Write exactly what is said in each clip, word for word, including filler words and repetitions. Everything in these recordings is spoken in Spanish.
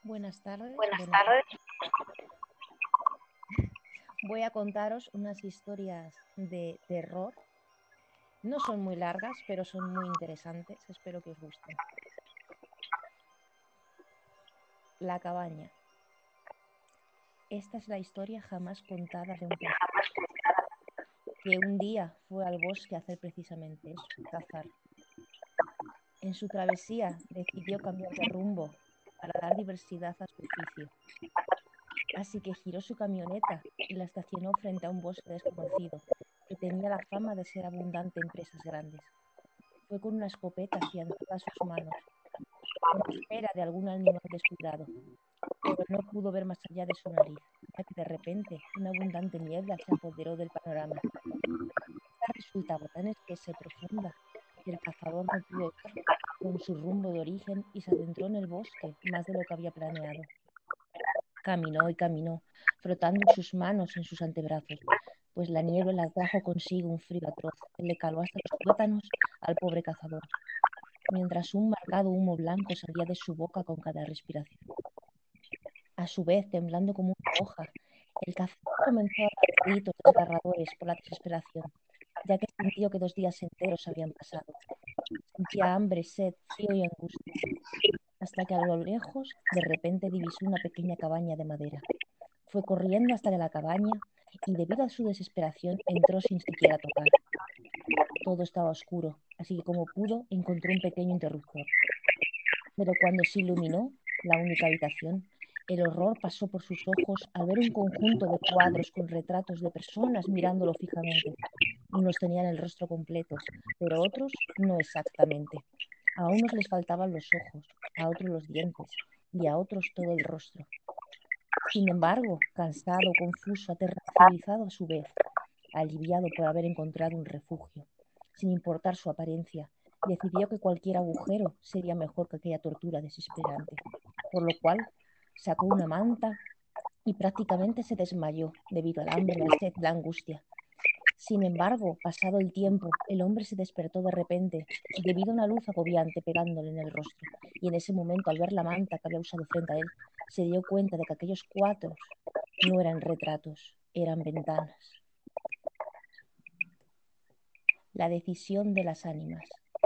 Buenas tardes. Buenas Bueno, tardes. voy a contaros unas historias de terror. No son muy largas, pero son muy interesantes. Espero que os gusten. La cabaña. Esta es la historia jamás contada de un cazador, que un día fue al bosque a hacer precisamente eso, cazar. En su travesía decidió cambiar de rumbo para dar diversidad a su oficio. Así que giró su camioneta y la estacionó frente a un bosque desconocido que tenía la fama de ser abundante en presas grandes. Fue con una escopeta afianzada a sus manos, en espera de algún animal descuidado, pero no pudo ver más allá de su nariz, ya que de repente una abundante niebla se apoderó del panorama. Esta resultaba tan espesa y profunda que el cazador no pudo dar con su rumbo de origen y se adentró en el bosque más de lo que había planeado. Caminó y caminó, frotando sus manos en sus antebrazos, pues la niebla trajo consigo un frío atroz que le caló hasta los tuétanos al pobre cazador, mientras un marcado humo blanco salía de su boca con cada respiración. A su vez, temblando como una hoja, el cazador comenzó a dar gritos desgarradores por la desesperación, ya que sintió que dos días enteros habían pasado. Sentía hambre, sed, frío y angustia, hasta que a lo lejos de repente divisó una pequeña cabaña de madera. Fue corriendo hasta la cabaña y, debido a su desesperación, entró sin siquiera tocar. Todo estaba oscuro, así que como pudo encontró un pequeño interruptor. Pero cuando se iluminó la única habitación, el horror pasó por sus ojos al ver un conjunto de cuadros con retratos de personas mirándolo fijamente. Unos tenían el rostro completo, pero otros no exactamente. A unos les faltaban los ojos, a otros los dientes y a otros todo el rostro. Sin embargo, cansado, confuso, aterrorizado a su vez, aliviado por haber encontrado un refugio, sin importar su apariencia, decidió que cualquier agujero sería mejor que aquella tortura desesperante, por lo cual sacó una manta y prácticamente se desmayó debido al hambre, la sed, la angustia. Sin embargo, pasado el tiempo, el hombre se despertó de repente debido a una luz agobiante pegándole en el rostro, y en ese momento, al ver la manta que había usado frente a él, se dio cuenta de que aquellos cuadros no eran retratos, eran ventanas. La decisión de las ánimas.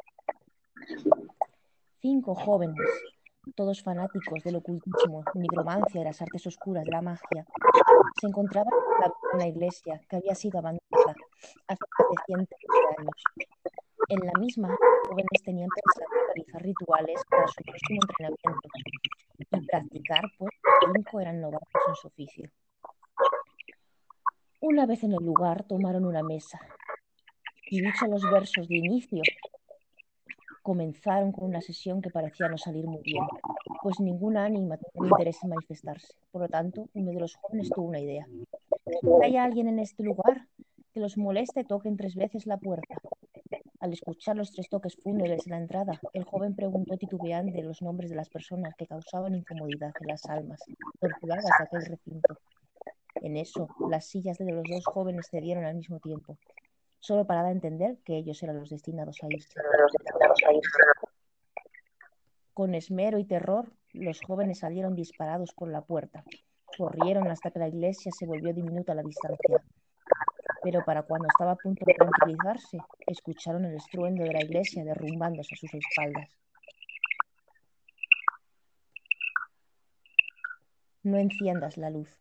Cinco jóvenes, todos fanáticos del ocultismo, nigromancia y las artes oscuras de la magia, se encontraban en una iglesia que había sido abandonada hace más de ciento veinte años. En la misma, los jóvenes tenían pensado realizar rituales para su próximo entrenamiento y practicar, pues cinco eran novatos en su oficio. Una vez en el lugar, tomaron una mesa y, dicho los versos de inicio, comenzaron con una sesión que parecía no salir muy bien, pues ninguna ánima tenía interés en manifestarse. Por lo tanto, uno de los jóvenes tuvo una idea. ¿Hay alguien en este lugar que los moleste? Toquen tres veces la puerta. Al escuchar los tres toques fúnebres en la entrada, el joven preguntó titubeante los nombres de las personas que causaban incomodidad en las almas torturadas de aquel recinto. En eso, las sillas de los dos jóvenes cedieron al mismo tiempo, solo para dar a entender que ellos eran los destinados a irse. Con esmero y terror, los jóvenes salieron disparados por la puerta. Corrieron hasta que la iglesia se volvió diminuta a la distancia. Pero para cuando estaba a punto de tranquilizarse, escucharon el estruendo de la iglesia derrumbándose a sus espaldas. No enciendas la luz.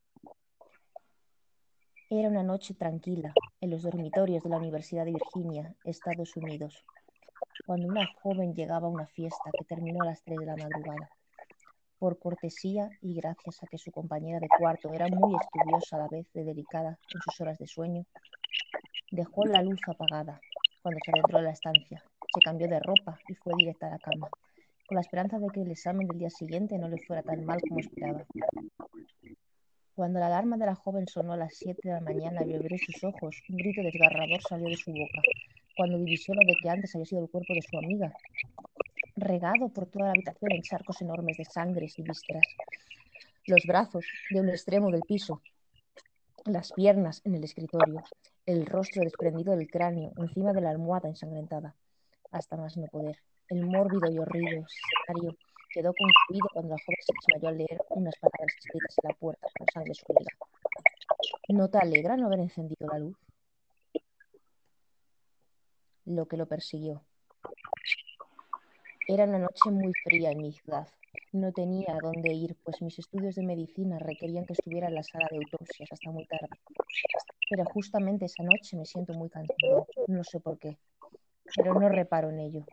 Era una noche tranquila en los dormitorios de la Universidad de Virginia, Estados Unidos, cuando una joven llegaba a una fiesta que terminó a las tres de la madrugada. Por cortesía y gracias a que su compañera de cuarto era muy estudiosa a la vez de delicada en sus horas de sueño, dejó la luz apagada cuando se adentró en la estancia, se cambió de ropa y fue directa a la cama, con la esperanza de que el examen del día siguiente no le fuera tan mal como esperaba. Cuando la alarma de la joven sonó a las siete de la mañana y abrió sus ojos, un grito desgarrador salió de su boca, cuando divisó lo de que antes había sido el cuerpo de su amiga, regado por toda la habitación en charcos enormes de sangres y vísceras. Los brazos de un extremo del piso, las piernas en el escritorio, el rostro desprendido del cráneo encima de la almohada ensangrentada, hasta más no poder. El mórbido y horrible escenario Quedó consumido cuando la joven se desmayó al leer unas palabras escritas en la puerta con sangre su amiga. ¿No te alegra no haber encendido la luz? Lo que lo persiguió. Era una noche muy fría en mi ciudad. No tenía a dónde ir, pues mis estudios de medicina requerían que estuviera en la sala de autopsias hasta muy tarde. Pero justamente esa noche me siento muy cansado. No sé por qué, pero no reparo en ello.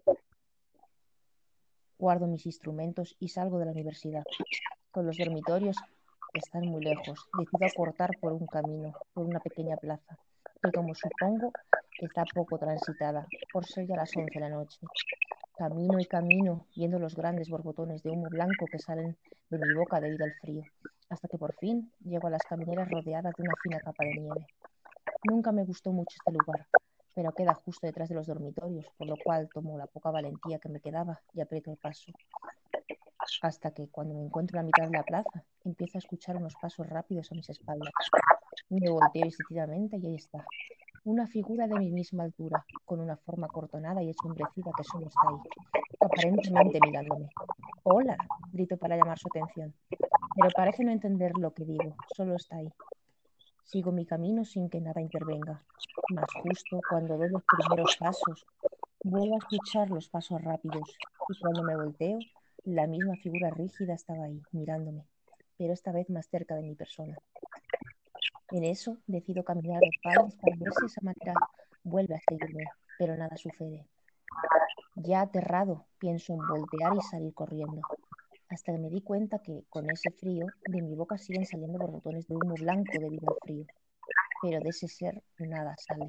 Guardo mis instrumentos y salgo de la universidad. Con los dormitorios están muy lejos. Decido cortar por un camino, por una pequeña plaza, que como supongo está poco transitada, por ser ya las once de la noche. Camino y camino, viendo los grandes borbotones de humo blanco que salen de mi boca debido al frío, hasta que por fin llego a las camineras rodeadas de una fina capa de nieve. Nunca me gustó mucho este lugar, pero queda justo detrás de los dormitorios, por lo cual tomo la poca valentía que me quedaba y aprieto el paso. Hasta que, cuando me encuentro en la mitad de la plaza, empiezo a escuchar unos pasos rápidos a mis espaldas. Me volteo instintivamente y ahí está, una figura de mi misma altura, con una forma cortonada y ensombrecida que solo está ahí, aparentemente mirándome. «Hola», grito para llamar su atención, pero parece no entender lo que digo, solo está ahí. Sigo mi camino sin que nada intervenga, mas justo cuando doy los primeros pasos, vuelvo a escuchar los pasos rápidos, y cuando me volteo, la misma figura rígida estaba ahí, mirándome, pero esta vez más cerca de mi persona. En eso decido caminar de espaldas para ver si de esa manera vuelve a seguirme, pero nada sucede. Ya aterrado, pienso en voltear y salir corriendo, hasta que me di cuenta que, con ese frío, de mi boca siguen saliendo borbotones de humo blanco debido al frío, pero de ese ser nada sale.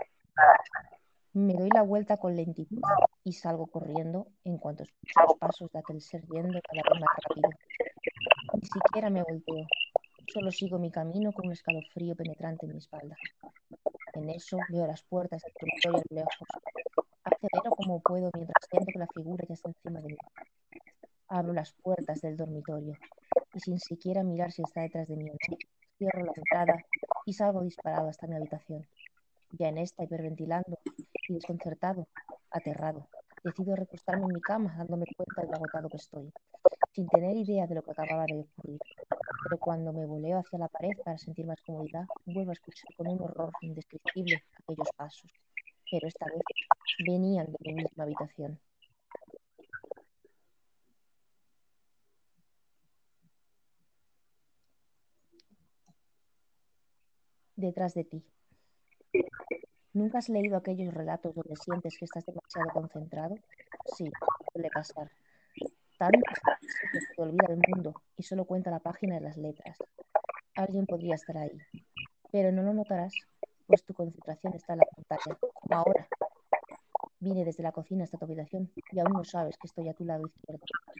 Me doy la vuelta con lentitud y salgo corriendo en cuanto escucho los pasos de aquel ser yendo cada vez más rápido. Ni siquiera me volteo, solo sigo mi camino con un escalofrío penetrante en mi espalda. En eso veo las puertas del dormitorio a lo lejos. Acelero como puedo mientras siento que la figura ya está encima de mí. Abro las puertas del dormitorio y, sin siquiera mirar si está detrás de mí o no, cierro la entrada y salgo disparado hasta mi habitación. Ya en esta, hiperventilando y desconcertado, aterrado, decido recostarme en mi cama dándome cuenta de lo agotado que estoy, sin tener idea de lo que acababa de ocurrir. Pero cuando me voleo hacia la pared para sentir más comodidad, vuelvo a escuchar con un horror indescriptible aquellos pasos, pero esta vez venían de mi misma habitación. Detrás de ti. ¿Nunca has leído aquellos relatos donde sientes que estás demasiado concentrado? Sí, suele pasar. Tanto que se te olvida el mundo y solo cuenta la página de las letras. Alguien podría estar ahí, pero no lo notarás, pues tu concentración está en la pantalla, como ahora. Vine desde la cocina hasta tu habitación y aún no sabes que estoy a tu lado izquierdo.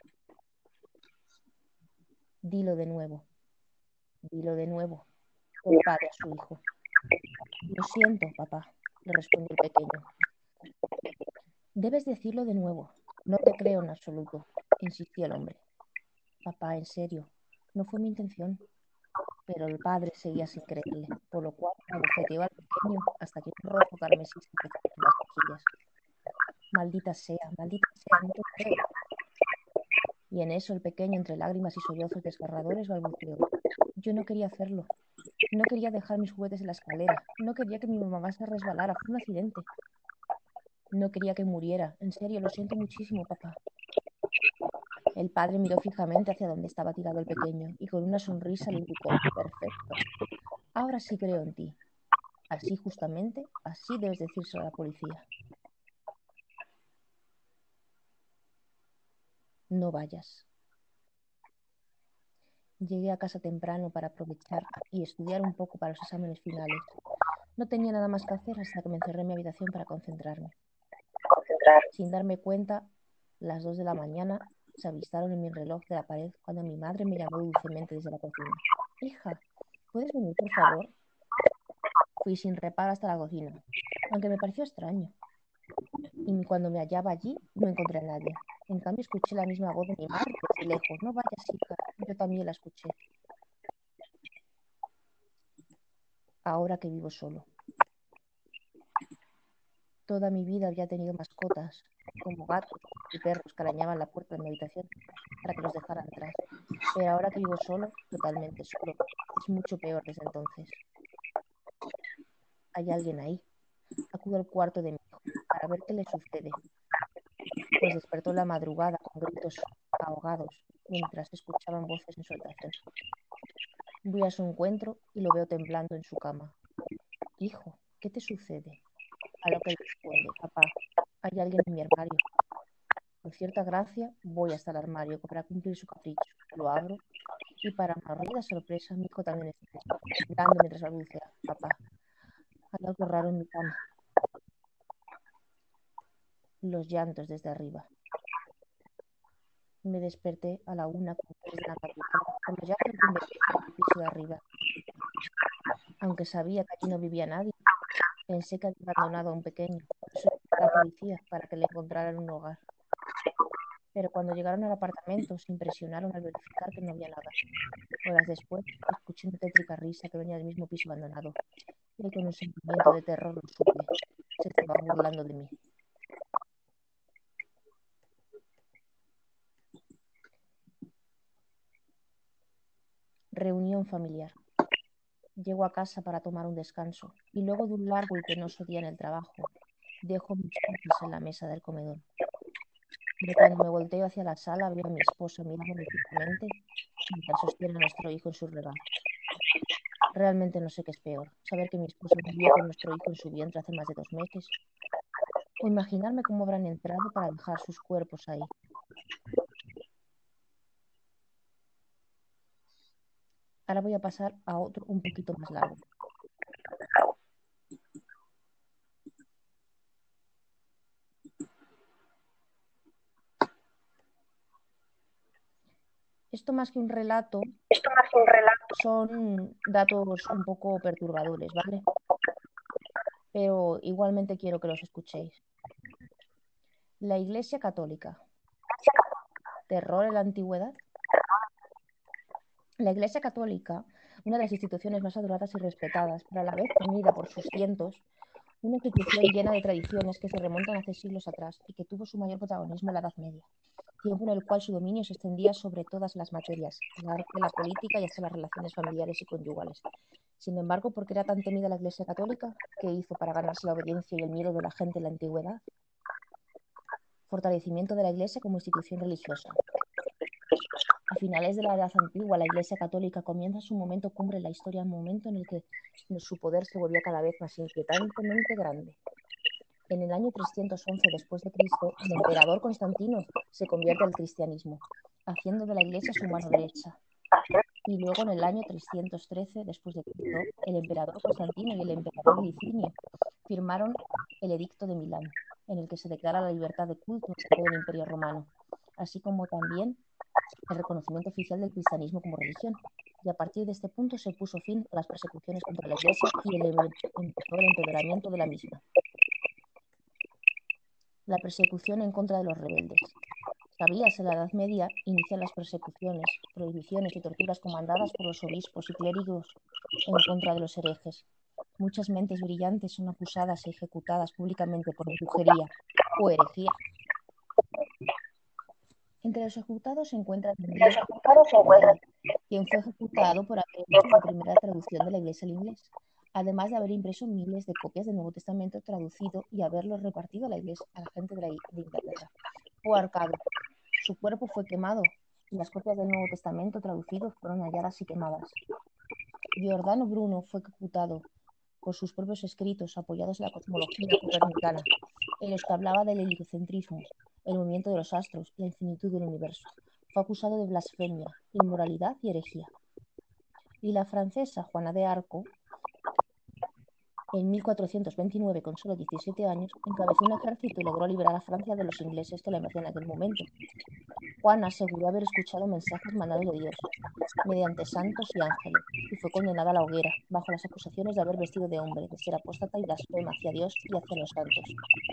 Dilo de nuevo, dilo de nuevo, el padre a su hijo. Lo siento, papá, le respondió el pequeño. Debes decirlo de nuevo. No te creo en absoluto, insistió el hombre. Papá, en serio, no fue mi intención. Pero el padre seguía sin creerle, por lo cual abofeteó al pequeño hasta que un rojo carmesí se empezó en las mejillas. Maldita sea, maldita sea, no te creo. Y en eso el pequeño, entre lágrimas y sollozos desgarradores, balbuceó. Yo no quería hacerlo. No quería dejar mis juguetes en la escalera. No quería que mi mamá se resbalara. Fue un accidente. No quería que muriera. En serio, lo siento muchísimo, papá. El padre miró fijamente hacia donde estaba tirado el pequeño y con una sonrisa le indicó. Perfecto. Ahora sí creo en ti. Así justamente, así debes decírselo a la policía. No vayas. Llegué a casa temprano para aprovechar y estudiar un poco para los exámenes finales. No tenía nada más que hacer hasta que me encerré en mi habitación para concentrarme. Sin darme cuenta, las dos de la mañana se avistaron en mi reloj de la pared cuando mi madre me llamó dulcemente desde la cocina. Hija, ¿puedes venir, por favor? Fui sin reparo hasta la cocina, aunque me pareció extraño. Y cuando me hallaba allí, no encontré a nadie. En cambio, escuché la misma voz de mi madre desde lejos. No vayas, hija. Yo también la escuché. Ahora que vivo solo. Toda mi vida había tenido mascotas, como gatos y perros que arañaban la puerta de mi habitación para que los dejara entrar. Pero ahora que vivo solo, totalmente solo, es mucho peor desde entonces. Hay alguien ahí. Acudo al cuarto de mi hijo para ver qué le sucede, pues despertó en la madrugada con gritos ahogados mientras escuchaban voces en su habitación. Voy a su encuentro y lo veo temblando en su cama. Hijo, ¿qué te sucede? A lo que él responde, papá, hay alguien en mi armario. Por cierta gracia, voy hasta el armario para cumplir su capricho. Lo abro y para mi horrenda sorpresa, mi hijo también está ahí, mirando mientras balbucea, papá, hay algo raro en mi cama. Los llantos desde arriba. Me desperté a la una con tres de la madrugada por los llantos de un bebé en el piso de arriba. Aunque sabía que allí no vivía nadie, pensé que había abandonado a un pequeño, por eso llamé a la policía para que le encontraran un hogar. Pero cuando llegaron al apartamento se impresionaron al verificar que no había nada. Horas después, escuché una tétrica risa que venía del mismo piso abandonado, y con un sentimiento de terror lo supe. Se estaba burlando de mí. Reunión familiar. Llego a casa para tomar un descanso, y luego de un largo y penoso día en el trabajo, dejo mis cosas en la mesa del comedor. Pero cuando me volteo hacia la sala, veo a mi esposo mirándome fijamente mientras sostiene a nuestro hijo en sus regazos. Realmente no sé qué es peor, saber que mi esposo vivió con nuestro hijo en su vientre hace más de dos meses, o imaginarme cómo habrán entrado para dejar sus cuerpos ahí. Ahora voy a pasar a otro un poquito más largo. Esto más que un relato, Esto más que un relato. son datos un poco perturbadores, ¿vale? Pero igualmente quiero que los escuchéis. La Iglesia Católica. ¿Terror en la antigüedad? La Iglesia Católica, una de las instituciones más adoradas y respetadas, pero a la vez temida por sus cientos, una institución llena de tradiciones que se remontan hace siglos atrás y que tuvo su mayor protagonismo en la Edad Media, tiempo en el cual su dominio se extendía sobre todas las materias, el arte, la política y hasta las relaciones familiares y conyugales. Sin embargo, ¿por qué era tan temida la Iglesia Católica? ¿Qué hizo para ganarse la obediencia y el miedo de la gente en la antigüedad? Fortalecimiento de la Iglesia como institución religiosa. A finales de la Edad Antigua, la Iglesia Católica comienza su momento cumbre en la historia, un momento en el que su poder se volvía cada vez más inquietantemente grande. En el año trescientos once después de Cristo, el emperador Constantino se convierte al cristianismo, haciendo de la Iglesia su mano derecha. Y luego, en el año trescientos trece después de Cristo, el emperador Constantino y el emperador Licinio firmaron el Edicto de Milán, en el que se declara la libertad de culto en todo el Imperio Romano, así como también el reconocimiento oficial del cristianismo como religión. Y a partir de este punto se puso fin a las persecuciones contra la Iglesia y el, empezó el empeoramiento de la misma. La persecución en contra de los rebeldes. ¿Sabías? En la Edad Media inician las persecuciones, prohibiciones y torturas comandadas por los obispos y clérigos en contra de los herejes. Muchas mentes brillantes son acusadas y ejecutadas públicamente por brujería o herejía. Entre los ejecutados se encuentra Daniel, quien fue ejecutado por haber hecho la primera traducción de la Iglesia al inglés, además de haber impreso miles de copias del Nuevo Testamento traducido y haberlo repartido a la Iglesia, a la gente de, la, de Inglaterra. O ahorcado. Su cuerpo fue quemado y las copias del Nuevo Testamento traducidos fueron halladas y quemadas. Giordano Bruno fue ejecutado por sus propios escritos apoyados en la cosmología copernicana, en los que hablaba del heliocentrismo, el movimiento de los astros y la infinitud del universo. Fue acusado de blasfemia, inmoralidad y herejía. Y la francesa Juana de Arco, en mil cuatrocientos veintinueve, con solo diecisiete años, encabezó un ejército y logró liberar a Francia de los ingleses que la invadían en aquel momento. Juana aseguró haber escuchado mensajes mandados de Dios, mediante santos y ángeles, y fue condenada a la hoguera, bajo las acusaciones de haber vestido de hombre, de ser apóstata y blasfema hacia Dios y hacia los santos.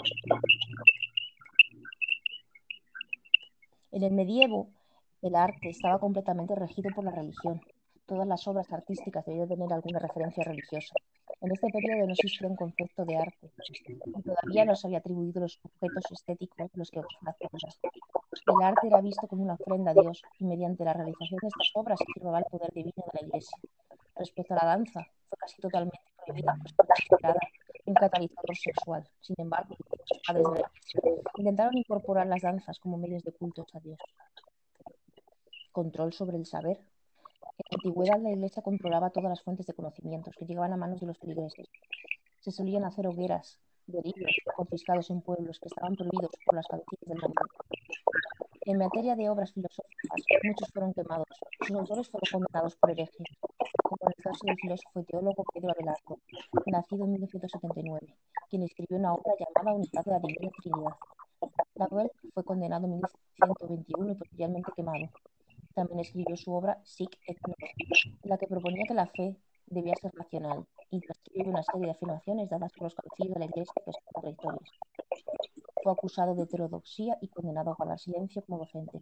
En el medievo, el arte estaba completamente regido por la religión. Todas las obras artísticas debían tener alguna referencia religiosa. En este periodo no existía un concepto de arte y todavía no se había atribuido los objetos estéticos de los que goza la ciudad. El arte era visto como una ofrenda a Dios y mediante la realización de estas obras se afirmaba el poder divino de la Iglesia. Respecto a la danza, fue casi totalmente prohibida pues fue considerada un catalizador sexual. Sin embargo, los padres de la Iglesia intentaron incorporar las danzas como medios de culto a Dios. Control sobre el saber. En la antigüedad la Iglesia controlaba todas las fuentes de conocimientos que llegaban a manos de los feligreses. Se solían hacer hogueras de libros confiscados en pueblos que estaban prohibidos por las cabecillas del momento. En materia de obras filosóficas, muchos fueron quemados y sus autores fueron condenados por herejes, como en el caso del filósofo y teólogo Pedro Abelardo, nacido en mil novecientos setenta y nueve, quien escribió una obra llamada Unidad de la Divina Trinidad. Lagüel fue condenado en mil ciento veintiuno y posteriormente quemado. También escribió su obra Sic et Nunc, en la que proponía que la fe debía ser racional y transcribe una serie de afirmaciones dadas por los cabecillas de la Iglesia que son contradictorias. Fue acusado de heterodoxia y condenado a guardar silencio como docente.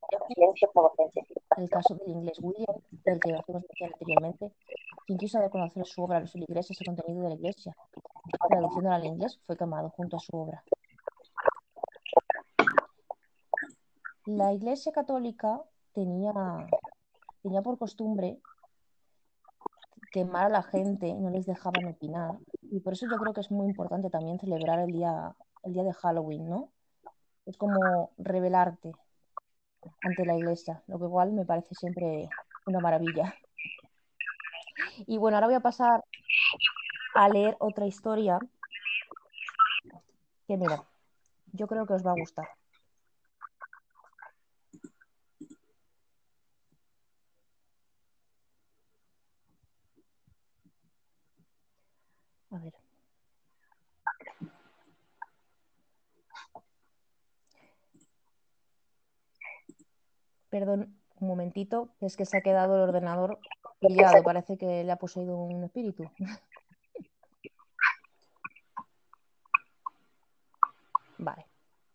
El caso del inglés William, del que hacemos mención anteriormente, quien quiso dar a conocer su obra a los feligreses y el contenido de la Iglesia, traduciéndola al inglés, fue quemado junto a su obra. La Iglesia Católica tenía, tenía por costumbre quemar a la gente y no les dejaban opinar. Y por eso yo creo que es muy importante también celebrar el día, el día de Halloween, ¿no? Es como rebelarte ante la Iglesia, lo que igual me parece siempre una maravilla. Y bueno, ahora voy a pasar a leer otra historia que, mira, yo creo que os va a gustar. A ver. Perdón, un momentito, es que se ha quedado el ordenador pillado, parece que le ha poseído un espíritu. Vale.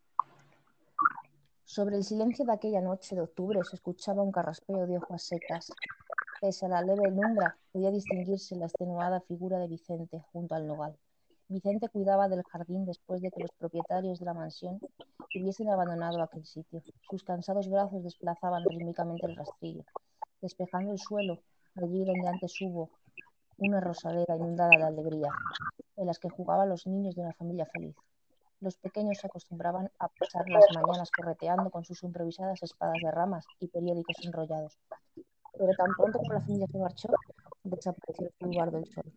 Sobre el silencio de aquella noche de octubre se escuchaba un carraspeo de hojas secas. Pese a la leve penumbra, podía distinguirse la extenuada figura de Vicente junto al nogal. Vicente cuidaba del jardín después de que los propietarios de la mansión hubiesen abandonado aquel sitio. Sus cansados brazos desplazaban rítmicamente el rastrillo, despejando el suelo allí donde antes hubo una rosaleda inundada de alegría, en las que jugaban los niños de una familia feliz. Los pequeños se acostumbraban a pasar las mañanas correteando con sus improvisadas espadas de ramas y periódicos enrollados. Pero tan pronto como la familia se marchó, desapareció el fulgor del sol.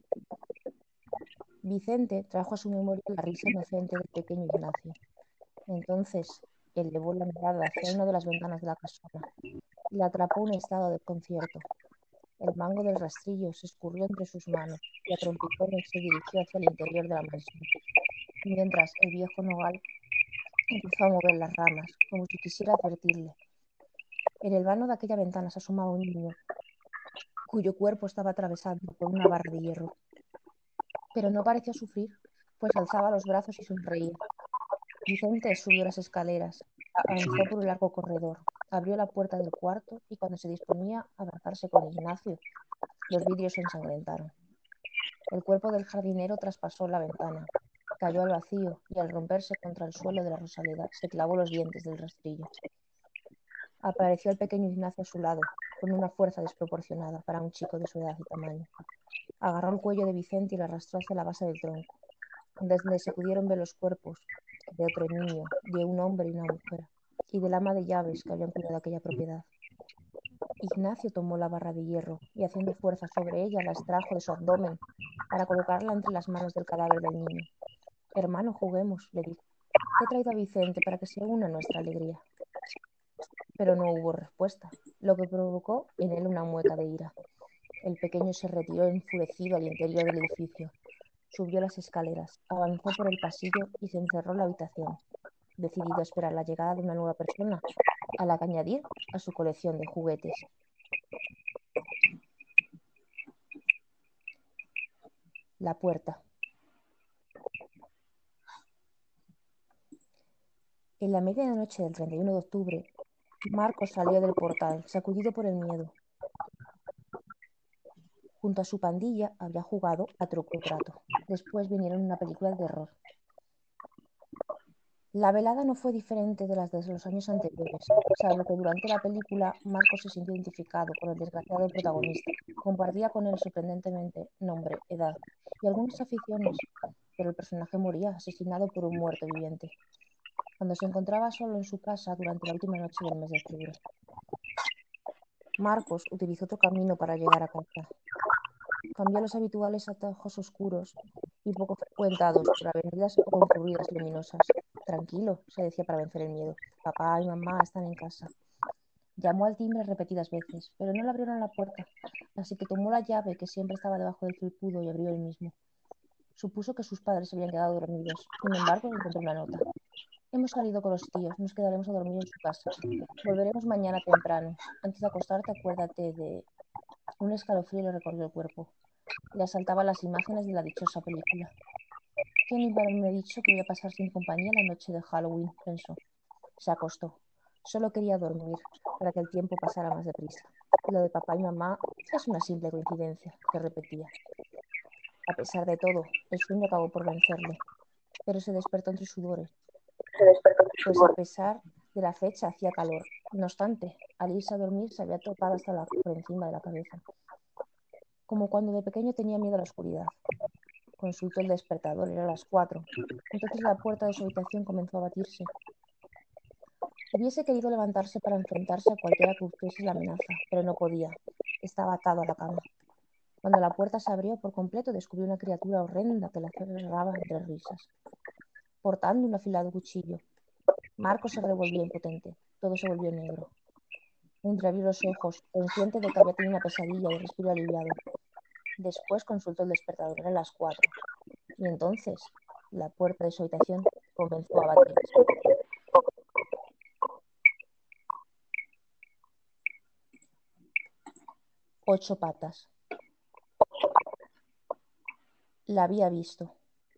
Vicente trajo a su memoria la risa inocente del pequeño Ignacio. Entonces elevó la mirada hacia una de las ventanas de la casona y la atrapó un estado de concierto. El mango del rastrillo se escurrió entre sus manos y a trompicones se dirigió hacia el interior de la mansión, mientras el viejo nogal empezó a mover las ramas, como si quisiera advertirle. En el vano de aquella ventana se asomaba un niño, cuyo cuerpo estaba atravesado por una barra de hierro. Pero no pareció sufrir, pues alzaba los brazos y sonreía. Vicente subió las escaleras, avanzó por un largo corredor, abrió la puerta del cuarto y cuando se disponía a abrazarse con Ignacio, los vidrios se ensangrentaron. El cuerpo del jardinero traspasó la ventana, cayó al vacío y al romperse contra el suelo de la rosaleda se clavó los dientes del rastrillo. Apareció el pequeño Ignacio a su lado, con una fuerza desproporcionada para un chico de su edad y tamaño. Agarró el cuello de Vicente y lo arrastró hacia la base del tronco, desde se pudieron ver los cuerpos de otro niño, de un hombre y una mujer, y del ama de llaves que habían cuidado aquella propiedad. Ignacio tomó la barra de hierro y haciendo fuerza sobre ella la extrajo de su abdomen para colocarla entre las manos del cadáver del niño. Hermano, juguemos, le dijo. Te he traído a Vicente para que se una a nuestra alegría. Pero no hubo respuesta, lo que provocó en él una mueca de ira. El pequeño se retiró enfurecido al interior del edificio. Subió las escaleras, avanzó por el pasillo y se encerró en la habitación, decidido a esperar la llegada de una nueva persona, a la que añadir a su colección de juguetes. La puerta. En la medianoche del treinta y uno de octubre, Marcos salió del portal, sacudido por el miedo. Junto a su pandilla había jugado a truco o trato. Después vinieron una película de terror. La velada no fue diferente de las de los años anteriores, salvo que durante la película Marco se sintió identificado con el desgraciado protagonista. Compartía con él sorprendentemente nombre, edad y algunas aficiones, pero el personaje moría asesinado por un muerto viviente, cuando se encontraba solo en su casa durante la última noche del mes de octubre. Marcos utilizó otro camino para llegar a casa. Cambió los habituales atajos oscuros y poco frecuentados por avenidas o concurridas y luminosas. Tranquilo, se decía para vencer el miedo. Papá y mamá están en casa. Llamó al timbre repetidas veces, pero no le abrieron la puerta, así que tomó la llave que siempre estaba debajo del felpudo y abrió él mismo. Supuso que sus padres se habían quedado dormidos. Sin embargo, encontró una nota. Hemos salido con los tíos, nos quedaremos a dormir en su casa. Volveremos mañana temprano. Antes de acostarte, acuérdate de... Un escalofrío le recorrió el cuerpo. Le asaltaban las imágenes de la dichosa película. ¿Quién iba a haberme dicho que voy a pasar sin compañía la noche de Halloween?, pensó. Se acostó. Solo quería dormir, para que el tiempo pasara más deprisa. Lo de papá y mamá es una simple coincidencia, se repetía. A pesar de todo, el sueño acabó por vencerle, pero se despertó entre sudores, pues a pesar de la fecha hacía calor. No obstante, al irse a dormir se había topado hasta la, por encima de la cabeza, como cuando de pequeño tenía miedo a la oscuridad. Consultó el despertador, era las cuatro. Entonces la puerta de su habitación comenzó a batirse. Hubiese querido levantarse para enfrentarse a cualquiera que buscase la amenaza, pero no podía. Estaba atado a la cama. Cuando la puerta se abrió por completo, descubrió una criatura horrenda que la cerraba entre risas, portando un afilado cuchillo. Marco se revolvió impotente. Todo se volvió negro. Entreabrió los ojos, consciente de que había tenido una pesadilla, y respiró aliviado. Después consultó el despertador. Eran las cuatro. Y entonces la puerta de su habitación comenzó a batirse. Ocho patas. La había visto.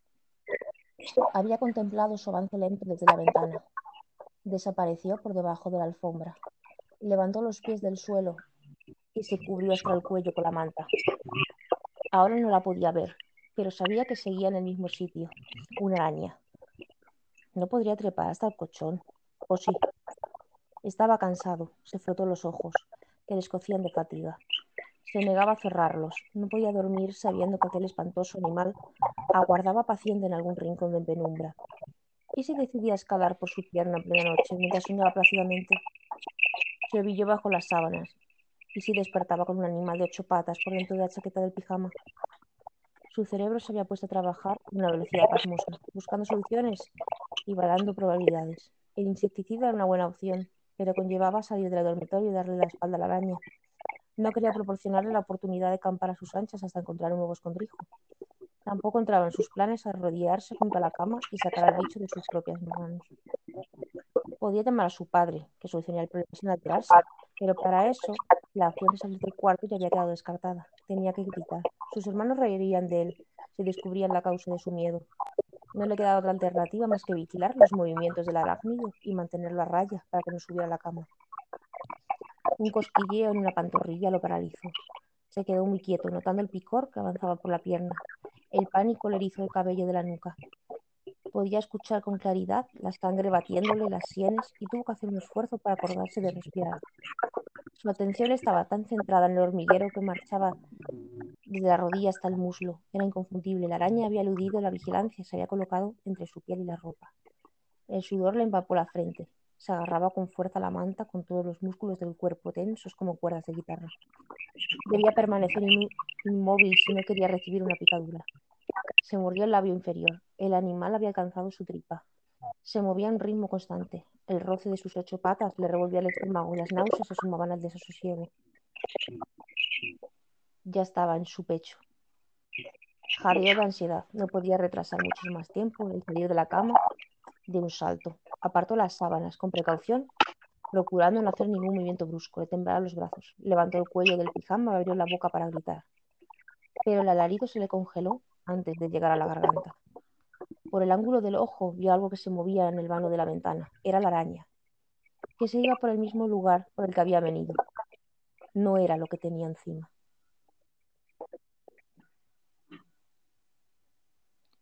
Había contemplado su avance lento desde la ventana. Desapareció por debajo de la alfombra. Levantó los pies del suelo y se cubrió hasta el cuello con la manta. Ahora no la podía ver, pero sabía que seguía en el mismo sitio. Una araña. No podría trepar hasta el colchón. ¿O sí? Estaba cansado. Se frotó los ojos, que le escocían de fatiga. Se negaba a cerrarlos. No podía dormir sabiendo que aquel espantoso animal aguardaba paciente en algún rincón de penumbra. ¿Y si decidía escalar por su pierna en plena noche mientras soñaba plácidamente? Se ovilló bajo las sábanas. ¿Y si despertaba con un animal de ocho patas por dentro de la chaqueta del pijama? Su cerebro se había puesto a trabajar con una velocidad pasmosa, buscando soluciones y barajando probabilidades. El insecticida era una buena opción, pero conllevaba salir del dormitorio y darle la espalda a la araña. No quería proporcionarle la oportunidad de campar a sus anchas hasta encontrar un nuevo escondrijo. Tampoco entraba en sus planes arrodillarse junto a la cama y sacar al bicho de sus propias manos. Podía llamar a su padre, que solucionaría el problema sin alterarse, pero para eso la opción de salir del cuarto ya había quedado descartada. Tenía que gritar. Sus hermanos reirían de él si descubrían la causa de su miedo. No le quedaba otra alternativa más que vigilar los movimientos del arácnido y mantenerlo a raya para que no subiera a la cama. Un cosquilleo en una pantorrilla lo paralizó. Se quedó muy quieto, notando el picor que avanzaba por la pierna. El pánico le erizó el cabello de la nuca. Podía escuchar con claridad la sangre batiéndole las sienes y tuvo que hacer un esfuerzo para acordarse de respirar. Su atención estaba tan centrada en el hormiguero que marchaba desde la rodilla hasta el muslo. Era inconfundible. La araña había eludido la vigilancia, se había colocado entre su piel y la ropa. El sudor le empapó la frente. Se agarraba con fuerza a la manta con todos los músculos del cuerpo tensos como cuerdas de guitarra. Debía permanecer inmóvil si no quería recibir una picadura. Se mordió el labio inferior. El animal había alcanzado su tripa. Se movía a un ritmo constante. El roce de sus ocho patas le revolvía el estómago y las náuseas se sumaban al desasosiego. Ya estaba en su pecho. Jadeó de ansiedad. No podía retrasar mucho más tiempo el salir de la cama de un salto. Apartó las sábanas con precaución, procurando no hacer ningún movimiento brusco. Le temblaban los brazos. Levantó el cuello del pijama y abrió la boca para gritar. Pero el alarido se le congeló antes de llegar a la garganta. Por el ángulo del ojo vio algo que se movía en el vano de la ventana. Era la araña, que se iba por el mismo lugar por el que había venido. No era lo que tenía encima.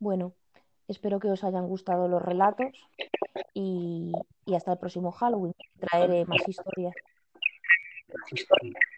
Bueno, espero que os hayan gustado los relatos y, y hasta el próximo Halloween. Traeré más historias.